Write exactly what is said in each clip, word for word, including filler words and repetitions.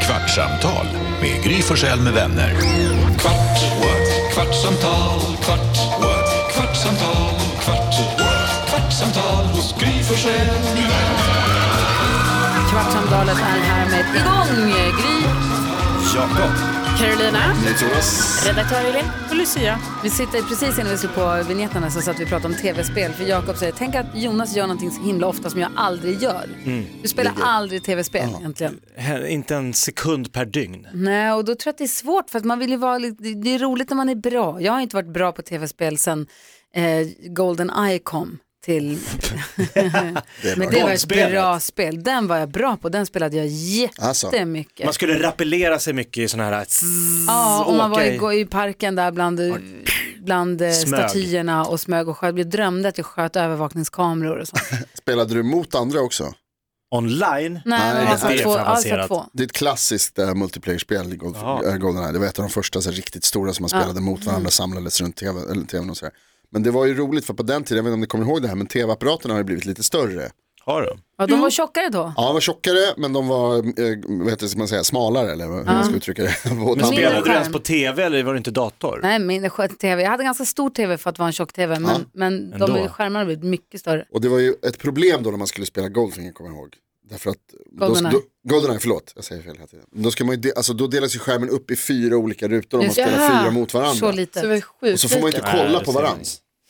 Kvartsamtal med Gry Forssell med vänner. Kvart, what? Kvartsamtal, kvart, what? Kvartsamtal, kvart, what? Kvartsamtal hos Gry Forssell med vänner. Kvartsamtalet är här med igång. Gry, Jakob, Carolina, redaktör Elin och Lucia. Vi sitter precis innan vi slår på vignetterna så att vi pratar om tv-spel. För Jakob säger, tänk att Jonas gör någonting så himla ofta som jag aldrig gör. Mm. Du spelar aldrig tv-spel ja. egentligen. Inte en sekund per dygn. Nej, och då tror jag att det är svårt för att man vill ju vara lite, det är roligt när man är bra. Jag har inte varit bra på tv-spel sedan eh, GoldenEye kom till. det Men det var ett bra spel. Den var jag bra på. Den spelade jag jättemycket. Alltså, man skulle rappellera sig mycket i såna här zzz, ja, och man var i, i parken där bland, bland statyerna och smög och sköt. Jag drömde att jag sköt övervakningskameror och sånt. Spelade du mot andra också? Online? Nej, Nej det, är två, alltså två. det är ett klassiskt uh, multiplayer-spel i GoldenEye. Det var ett av de första så, riktigt stora som man spelade ja. mot varandra, mm. samlades runt tv, eller tvn och sådär. Men det var ju roligt för på den tiden, jag vet inte om ni kommer ihåg det här, men tv-apparaterna har ju blivit lite större. Har de? Ja, de var tjockare då. Ja, de var tjockare, men de var, eh, vad heter det, ska man säga, smalare eller hur uh. man ska uttrycka det. Men spelade du ens på tv eller var det inte dator? Nej, min tv. Jag hade ganska stor tv för att vara en tjock tv, men, ja. men de skärmarna har blivit mycket större. Och det var ju ett problem då när man skulle spela Goldfinger, kommer jag ihåg. Därför att GoldenEye, då, då, GoldenEye förlåt, jag säger fel hela tiden. Då, ska man ju de, alltså, då delas ju skärmen upp i fyra olika rutor och man spelar fyra mot varandra. Så lite. Så och så får man inte kolla Nej, på varandra.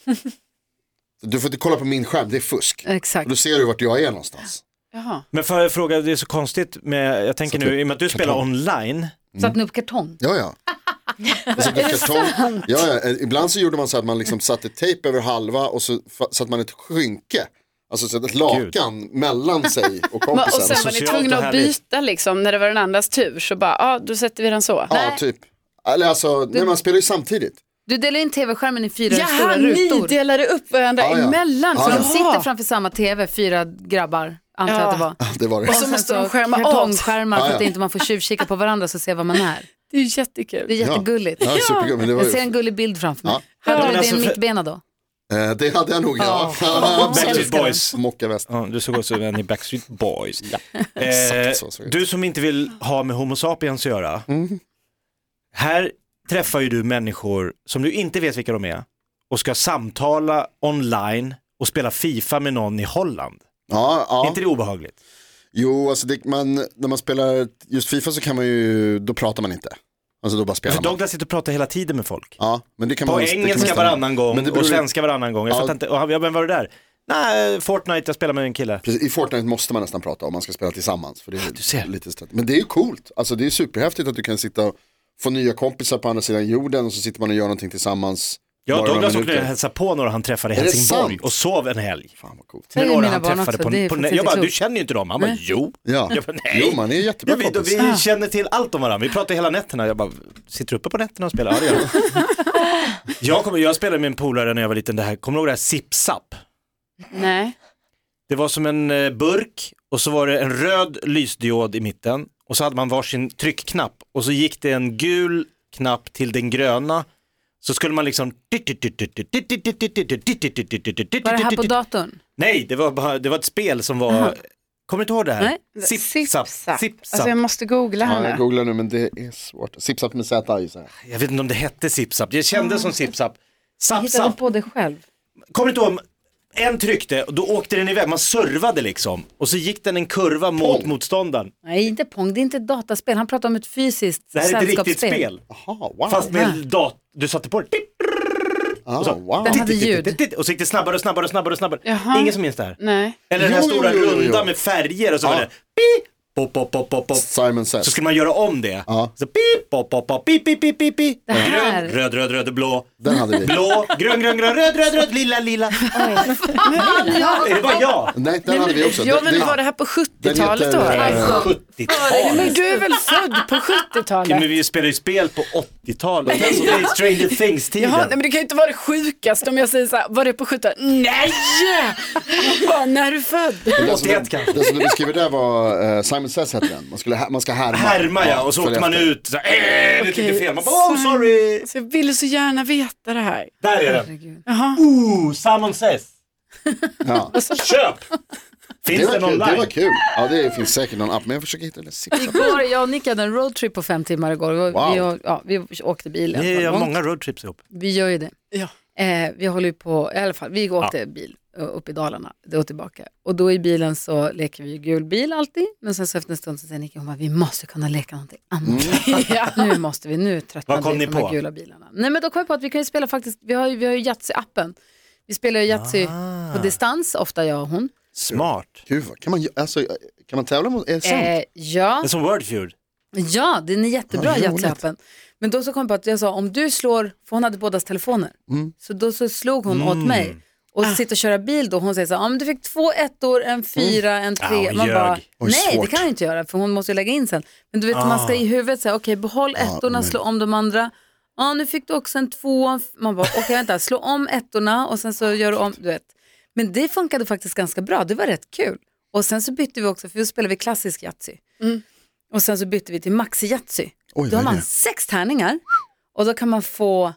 Du får inte kolla på min skärm, det är fusk. Exakt. Och då ser du vart jag är någonstans. Jaha. Men för jag fråga, det är så konstigt med, jag tänker så nu, i och med att du kartong. spelar online. Mm. Satt ni upp kartong? Ja, ja. Alltså, kartong. Ja, ja. Ibland så gjorde man så att man liksom satte tejp över halva och så satte man ett skynke. Alltså så ett lakan Gud. mellan sig och kompisen. Och sen var ni tvungna att byta liksom, när det var den andras tur. Så bara, ja, då sätter vi den så. Ja, nej. typ. Eller alltså, du... nej, man spelar ju samtidigt. Du delar in tv-skärmen i fyra Jaha, stora rutor. ni delade upp varandra ah, ja. emellan. Så ah, de sitter framför samma tv, fyra grabbar, antar jag ja. att det var. Ja, det var det. Och så måste de skärma kartongskärmar för att ah, ja. inte man får tjuvkika på varandra så ser vad man är. Det är jättekul. Det är jättegulligt. Ja, ja, men det var jag ser en gullig bild framför mig. Ja. Hade du alltså, din mittbena då? Eh, det hade jag nog, ja. Oh. Backstreet Boys. Mockaväst. Ja, du såg också en i Backstreet Boys. Ja. Eh, så, så, du som inte vill ha med Homo sapiens att göra. Mm. Här träffar ju du människor som du inte vet vilka de är och ska samtala online och spela FIFA med någon i Holland. Ja, ja. Är inte det obehagligt? Jo, alltså det, man, när man spelar just FIFA så kan man ju, då pratar man inte. Alltså då bara spelar man. Douglas sitter och pratar hela tiden med folk. Ja, men det kan På man, engelska kan varannan gång men det beror... och svenska varannan gång. Jag ja. fattar inte, och, ja, men var det där? Nej, Fortnite, jag spelar med en kille. Precis, i Fortnite måste man nästan prata om man ska spela tillsammans. För det är du ser. Lite strätt. Men det är ju coolt, alltså det är superhäftigt att du kan sitta och få nya kompisar på andra sidan jorden och så sitter man och gör någonting tillsammans. Ja, Douglas åkte och hälsade på några han träffade i Helsingborg och sov en helg. Fan vad coolt. Det är mina barn också, på, det är på, på, jag bara, du känner ju inte dem. Han bara, jo. Ja. Jag bara, nej. Jo, man är jättebra ja, vi, vi känner till allt om varandra. Vi pratar hela nätterna. Jag bara, sitter uppe på nätterna och spelar. Ja, jag, kommer, jag spelade med en polare när jag var liten. Det här, kommer du ihåg det här Zip-Zap? Nej. Det var som en burk och så var det en röd lysdiod i mitten. Och så hade man varsin tryckknapp. Och så gick det en gul knapp till den gröna. Så skulle man liksom... Var det här på datorn? Nej, det var, bara, det var ett spel som var... Uh-huh. Kommer du inte ihåg det här? Zip-Zap. Alltså jag måste googla här nu. Ja, jag googlar nu men det är svårt. Zip-Zap med Z I så här. Jag vet inte om det hette Zip-Zap. Det kändes oh. som Zip-Zap. Jag hittade på det själv. Kommer du inte ihåg... En tryckte och då åkte den iväg. Man servade liksom. Och så gick den en kurva mot Pong. motståndaren. Nej, inte Pong. Det är inte ett dataspel. Han pratar om ett fysiskt sällskapsspel. Det här är ett riktigt spel. Aha, wow. Fast med dat- du satte på det. Ah, och så, wow. Den hade ljud. Och så gick det snabbare och snabbare och snabbare och snabbare. Jaha. Ingen som minns det här. Nej. Eller den här jo, stora jo, jo, jo. runda med färger och så ah. var det. Pop, pop, pop, pop, pop. Simon Says. Så skulle man göra om det. Ah. Så pip, pop, pop, pop, pip, pip, pip, pip, pip. Det här. Grön, röd, röd, röd, blå. Den hade vi. Blå, grön, grön, grön, röd, röd, röd, lilla, lilla. Är det bara jag? Nej, den hade vi också. Ja, men var det här på sjuttiotalet då? sjuttiotalet. Men du är väl född på sjuttiotalet? Men vi spelar ju spel på åttiotalet. Alltså det är Stranger Things-tiden. Jaha, nej, men det kan ju inte vara det sjukaste om jag säger så här, var det på sjuttiotalet? Nej! Bara, när är du född? Det som, det, det som du beskriver där var uh, Simon Says hette den. Man, skulle, man ska härma. Härma ja, och så åkte man ut. Så, äh, det är lite fel. Man bara, oh, sorry. Så jag ville så gärna veta det här. Där är den. Jaha. Ooh, Simon Says. Ja. Köp! Finns det, var det någon kul, live? det var kul. Ja, det finns säkert någon app, men jag försöker hitta den. Igår, jag och Nick hade en roadtrip på fem timmar igår. Vi, Wow. vi, ja, vi åkte bil. Vi gör många roadtrips ihop. Vi gör ju det. Ja. Eh, vi håller ju på, i alla fall, vi åkte ja. bil upp i Dalarna och tillbaka. Och då i bilen så leker vi ju gul bil alltid. Men sen så efter en stund så säger Nick, hon bara, vi måste kunna leka någonting annat. Mm. ja. Nu måste vi, nu tröttnar vi på de här gula bilarna. Nej, men då kom vi på att vi kan ju spela faktiskt, vi har ju, vi har ju Yatzy-appen. Vi spelar ju Yatzy ah. på distans, ofta jag och hon. Smart. Gud, kan man, alltså, kan man tävla mot, är det sant? Eh, ja. Det är som Wordfeud. Ja, det är en jättebra ja, Yatzy-appen. Men då så kom jag på att jag sa, om du slår, för hon hade bådas telefoner. Mm. Så då så slog hon mm. åt mig. Och ah. sitter och köra bil då. Hon säger så här, om du fick två ettor, en fyra, mm. en tre. Ah, man bara, Oj, nej svårt. Det kan jag inte göra. För hon måste ju lägga in sen. Men du vet, ah. man ska i huvudet säga, okej, okay, behåll ettorna, ah, slå om de andra. Ja, ah, nu fick du också en två. Man bara, okej, okay, vänta, slå om ettorna och sen så gör du om, du vet. Men det funkade faktiskt ganska bra. Det var rätt kul. Och sen så bytte vi också, för då spelade vi klassisk Yatzy. Mm. Och sen så bytte vi till Maxi Yatzy. Oj, då har man sex tärningar. Och då kan man få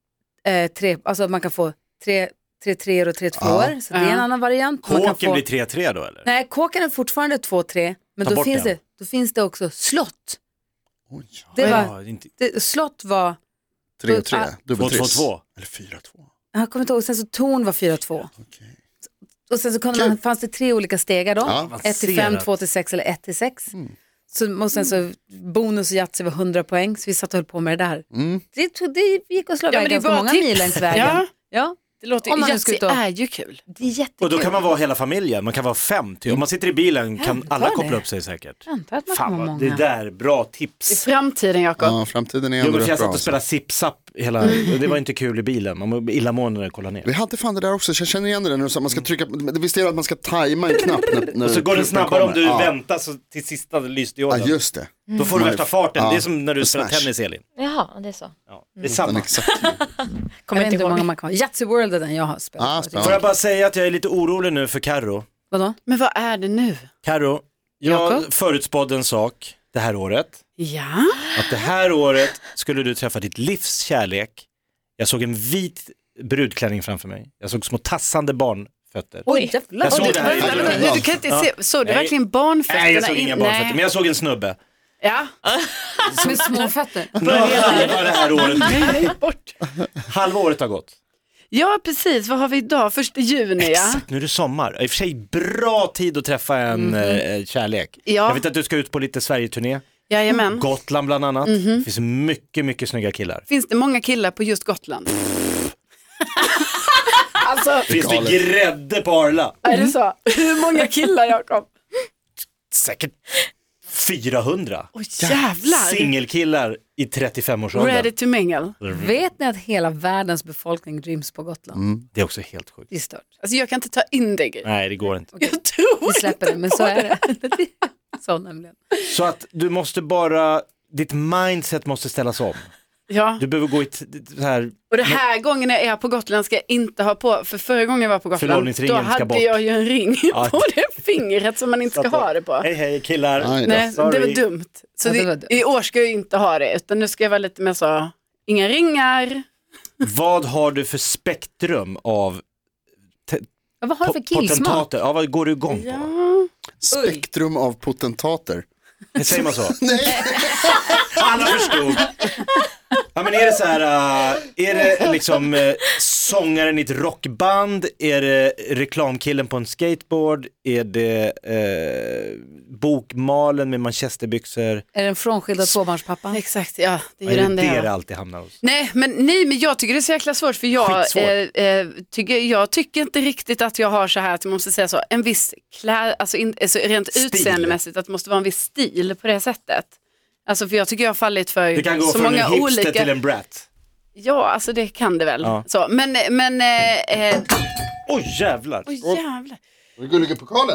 eh, tre, alltså man kan få tre, tre treor och tre tvåor. Ah. Så det är en ah. annan variant. Kåken man kan få... blir tre tre då eller? Nej, kåken är fortfarande två tre. Men då finns, det, då finns det också slott. Oj, det var, ja, inte... det, slott var... tre tre, dubbeltriss. två två Eller fyra två. Jag kommer inte ihåg, sen så torn var fyra två. Okay. Och sen så kunde man, fanns det tre olika stegar då. Ja, ett till fem, två till sex eller ett till sex. Mm. Så, och sen så bonus och Yatzy var hundra poäng. Så vi satt och höll på med det där. Mm. Det, det gick att slå ja, ganska många mil längs vägen. Ja. Ja. Det låter ju, Yatzy och... är ju kul. Det är jättekul. Och då kan man vara hela familjen, man kan vara fem till. Om man sitter i bilen kan alla det. koppla upp sig säkert. Fan vad, det där, bra tips. I framtiden, Jakob. Ja, framtiden är ändå jo, men rätt jag bra. Jag satt och spelade zip-zap hela, det var inte kul i bilen. Man var illamående när jag kollade ner. Vi hade fan det där också, jag känner igen det nu. Så man ska trycka, det visst är att man ska tajma en knapp när, när och så går den snabbare om du ja. väntar så till sista lysdioden. Ja, just det. Mm. Då får du värsta farten, ja. Det är som när du spelar tennis, Elin. Jaha, det är så. Ja, det är samma. Mm. Kommer inte ihåg. Man kan. Yatzy World är den jag har spelat. Ah, får jag bara säga att jag är lite orolig nu för Karo. Vadå? Men vad är det nu? Karo, jag Jakob? förutspådde en sak det här året. Ja? Att det här året skulle du träffa ditt livs kärlek. Jag såg en vit brudklänning framför mig. Jag såg små tassande barnfötter. Oj, jävlar. Jag såg det här. Du kan inte se, såg du verkligen barnfötterna? Nej, jag såg inga barnfötter, men jag såg en snubbe. Ja. Med små fötter. Nu halva det här året. Nej, bort. Halva året har gått. Ja, precis. Vad har vi idag? Första juni, ja. Exakt, nu är det sommar. I och för sig bra tid att träffa en mm. eh, kärlek. Ja. Jag vet att du ska ut på lite Sverige-turné. Jajamän. Gotland bland annat. Mm-hmm. Det finns mycket, mycket snygga killar. Finns det många killar på just Gotland? Alltså, finns det grädde på Arla? Är det så? Hur många killar, Jakob? Säkert fyrahundra. Åh, jävlar. Singelkillar i trettiofem-årsåldern. Ready to mingle. Vet ni att hela världens befolkning ryms på Gotland? Mm. Det är också helt sjukt. Det är stört. Alltså jag kan inte ta in det. Nej, det går inte. Okay. Jag tror vi släpper det, men så är det. Så nämligen. Så att du måste bara, ditt mindset måste ställas om. Ja. Du behöver gå i t- så här. Och det här men... gången jag är på Gotland ska jag inte ha på, för förra gången jag var på Gotland då hade bort. jag ju en ring ja. på det fingret som man inte ska ha det på. Hej hej killar. Nej, Nej det var dumt. Så ja, det var dumt. I år ska jag inte ha det, utan nu ska jag vara lite mer så, inga ringar. Vad har du för spektrum av te- ja, vad har du för killsmak? Ja, vad går du igång ja. på? Spektrum av potentater. Det säger man så? Nej. Alla förstod. Ja, men är det så här, uh, är det liksom uh, sångaren i ett rockband, är det reklamkillen på en skateboard, är det uh, bokmalen med manchesterbyxor? Är det en frånskildad tvåbarnspappa? Exakt, ja, det är ju ja, den det det det alltid hamnar hos. Nej, men nej, men jag tycker det är så jäkla svårt, för jag eh, eh, tycker jag tycker inte riktigt att jag har så här att jag måste säga så en viss klä, alltså, in, alltså rent utseendemässigt att det måste vara en viss stil på det sättet. Alltså för jag tycker jag har fallit för det kan gå så från många en hipster olika till en brat. Ja, alltså det kan det väl. Ja. Så, men men eh, eh... oj jävlar. Oj jävlar. Var det gulliga pokalen?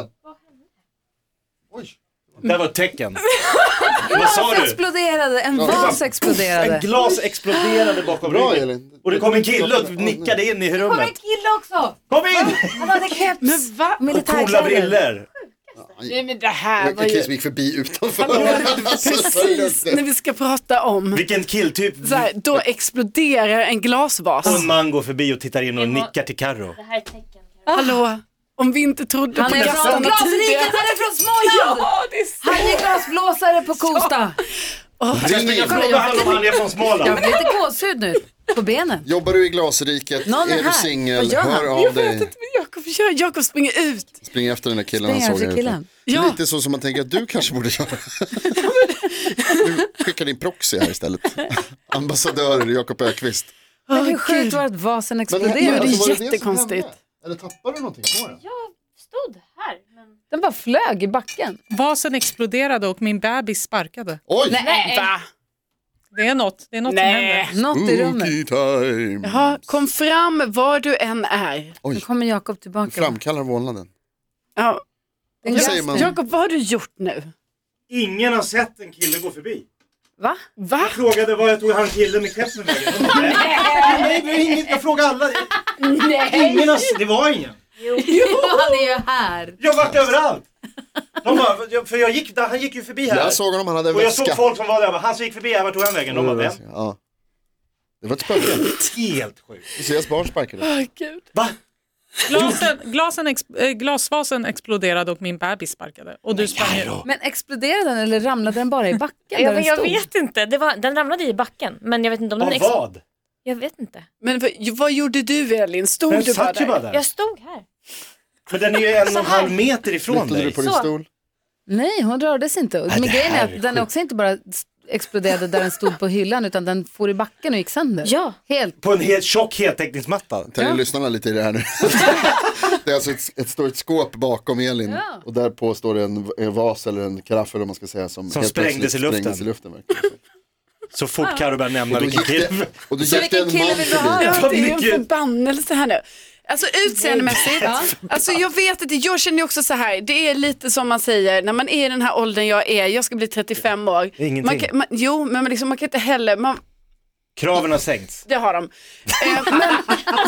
Oj. Det var ett tecken. Vad sa du? Exploderade, en vas exploderade. En glas exploderade bakom bra, ryggen. Elin. Och det kom en kille och nickade in i rummet. Kom en kille också. Kom in. Han hade keps. Men va? Och coola briller. Nej, men det här var ju... gick förbi utanför. Precis, när vi ska prata om vilken killtyp. Så här, då exploderar en glasvas. Och en man går förbi och tittar in och nickar till Karo. Det här är tecken. Hallå. Om vi inte trodde han på är från Glasriket, han är från Småland. Ja, det är så. Han är glasblåsare på Kosta. Oh, jag frågar han om han är från Småland. Jag blir lite gåshud nu på benen. Jobbar du i Glasriket? Någon är är du här. singel? Vad gör han? Hör av jag dig. vet inte, men Jakob, gör- Jakob springer ut. Spring efter den där killen Spring han såg efter här killen. ute. Ja. Lite så som man tänker att du kanske borde göra. Du skickar din proxy här istället. Ambassadör Jakob Öqvist. Men hur sjukt var det att vasen exploderade? det är alltså, var jättekonstigt. som hände? Eller tappade du någonting på den? Jag stod här. Men... Den bara flög i backen. Vasen exploderade och min bebis sparkade. Oj! Nej. Va? Det är något, det är något som Nej. händer. Något i rummet. Spooky time. Jaha, kom fram var du än är. Nu Oj, kommer Jakob tillbaka. framkallar vålnaden. Ja. Den Vad glass- säger man? Jakob, vad har du gjort nu? Ingen har sett en kille gå förbi. Va? Va? Jag frågade vad jag tog han killen med kepsen vägen. Nej, nej, det är inget. Jag frågade alla. Nej. Ingen har, det var ingen. Jo, han är ju här. Jag har varit överallt. De bara, för jag gick, han gick ju förbi här. Jag såg honom, han hade en och jag väska. såg folk som var där. Han som gick förbi här, vart tog han vägen? De bara, vem? Ja. Det var ett spöke. Helt sjukt. Lucias barn sparkade. Åh, Gud. Va? Glasen, glasen ex, äh, glasvasen exploderade och min bebis sparkade. Och du sprang ju. Men exploderade den eller ramlade den bara i backen? Ja, där men den jag stod? vet inte. Det var, den ramlade i backen. Men jag vet inte om den... Av ex- vad? Jag vet inte. Men vad, vad gjorde du, Elin? Stod Den du bara satt ju där? bara där. Jag stod här. Men den är ju en och en halv meter ifrån Lyftade dig. du på din Så. stol? Nej, hon rörde sig inte. Nej, Men det grejen är här att är den sjukt. också inte bara exploderade där den stod på hyllan utan den for i backen och gick sönder. Ja. Helt. På en helt tjock heltäckningsmatta. Täljer lyssnarna lite i det här nu. Det är alltså ett, ett, står ett skåp bakom Elin. Ja. Och där på står det en, en vas eller en karaff eller vad man ska säga. Som, Som helt sprängdes plötsligt i luften. sprängdes i luften verkligen. Så fort Karo började nämna Och då vilken gick kille. det, och då Så gick det en vilken kille man vill du ha förbi. då? Ja, det är ju en mycket. förbannelse här nu. Alltså utseendemässigt, alltså jag vet inte, jag känner ju också så här, det är lite som man säger, när man är i den här åldern jag är, jag ska bli trettiofem år. Ingenting. Man kan, man, jo, men man, liksom, man kan inte heller, man, Kraven har sänkts. det har de. Eh, men,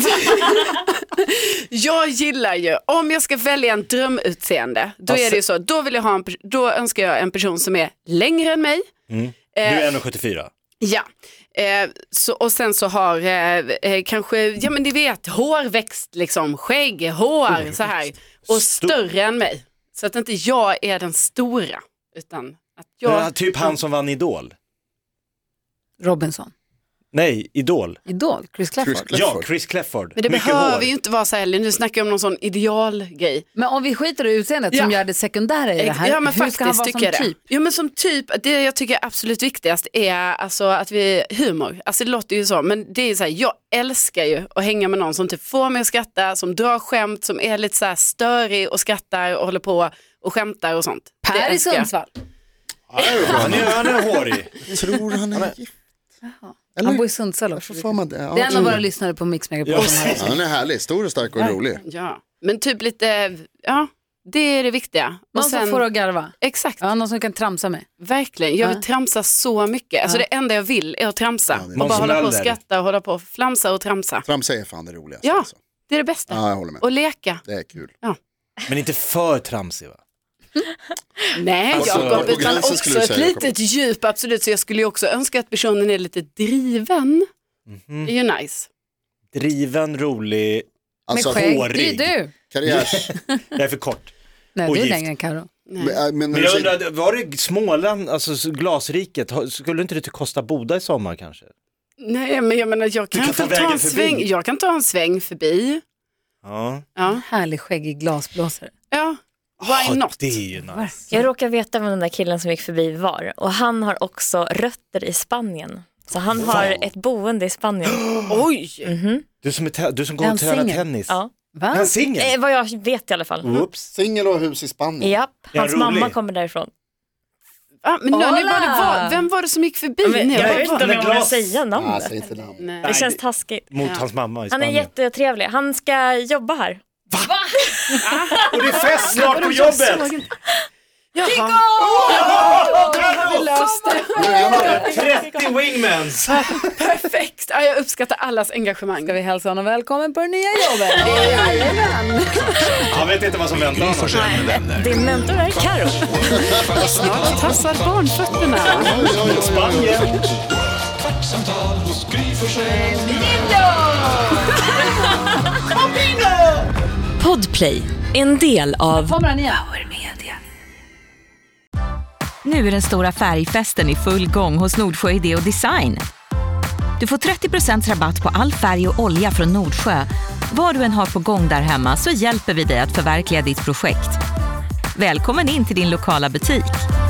jag gillar ju, om jag ska välja en drömutseende, då är det ju så, då vill jag ha en, pers- då önskar jag en person som är längre än mig. Mm. Du är en komma sjuttiofyra. Ja, eh, så, och sen så har eh, eh, kanske, ja men ni vet, hårväxt liksom, skägg, hår så här. Och Stor- större än mig. Så att inte jag är den stora, utan att jag... Ja, typ han som vann Idol. Robinson. Nej, Idol. Idol. Chris Clafford. Chris Clafford. Ja, Chris Clafford. Men det Mycket behöver hår. ju inte vara så här, nu snackar jag om någon sån idealgrej. Men om vi skiter i utseendet som Ja. gör det sekundära i det här. Ja men hur ska han faktiskt vara tycker som jag det. typ? Jo men som typ, det jag tycker är absolut viktigast är alltså att vi, humor. Alltså det låter ju så, men det är så här, jag älskar ju att hänga med någon som typ får mig att skratta, som drar skämt, som är lite så här störig och skrattar och håller på och skämtar och sånt. Det Per i älskar jag. Sundsvall. Han är, han är hårig. Tror han är gift? Eller? Han bor i Sundsvall också. Får man det? Ja, Det är en av mm. våra lyssnare på Mix Megapol Ja. som har Ja, han är härlig, stor och stark och rolig. Ja, men typ lite, ja, det är det viktiga. Och någon som sen, får att garva. exakt, Ja, någon som kan tramsa med. verkligen. Jag vill Ja. tramsa så mycket. Alltså Ja. det enda jag vill är att tramsa. det är och bara Måns hålla på och Möller. skratta och hålla på och flamsa och tramsa. Tramsa är fan det roligaste. Ja. Alltså. Det är det bästa. Ja, jag håller med. Och leka. Det är kul. Men inte för tramsig va? Nej, Alltså, Jakob, på utan gränsen också skulle du ett säga, Jakob. litet djup, absolut. Så jag skulle ju också önska att personen är lite driven. Mhm. Det är ju nice. Driven, rolig, Alltså, med skägg. hårig. Det är du. karriärs... jag är för kort. Nej, Och du är gift. längre än Karo. Nej. Men, äh, men, när Men du jag säger- undrar, var det Småland, alltså glasriket, har- skulle inte det till Kosta Boda i sommar kanske? Nej, men jag menar, jag kan, kan ta ta, ta vägen en förbi. sväng. Jag kan ta en sväng förbi. Ja. Ja, Härlig skäggig glasblåsare. ja. Why Ja, not? det är ju nice. Jag råkar veta vem den där killen som gick förbi var. Och han har också rötter i Spanien. Så han har ett boende i Spanien. Oj! Mhm. Du som, är te- du som Är går han och tränar singel? tennis. Ja. Är Va? han singel? Eh, vad jag vet i alla fall. Oops. Singel och hus i Spanien. Japp, Är han hans mamma rolig? kommer därifrån. Ah, men nu, nu var det, Hola! var, vem var det som gick förbi? Men, Nej, jag vad vet var inte om det? jag vågar glas. säga Nej, namnet. säg inte namn. Nej. Det känns taskigt. Mot Ja. hans mamma i Han är Spanien. jättetrevlig. Han ska jobba här. Och det är fest snart på Jag såg jobbet! inte. Jaha. Då har vi löst det. Nu är han där. trettio wingmans! Perfekt. Ja, jag uppskattar allas engagemang. Ska vi hälsa honom välkommen på det nya jobbet? Han vet inte vad som väntar Gry honom. Forssell med vänner. Din mentor är Karo. Snart tassar barnfötterna. Spanien! Kvartsamtal hos Gry Forssell med vänner. Podplay, en del av Power Media. Nu är den stora färgfesten i full gång hos Nordsjö Idé och Design. Du får trettio procent rabatt på all färg och olja från Nordsjö. Vad du än har på gång där hemma så hjälper vi dig att förverkliga ditt projekt. Välkommen in till din lokala butik.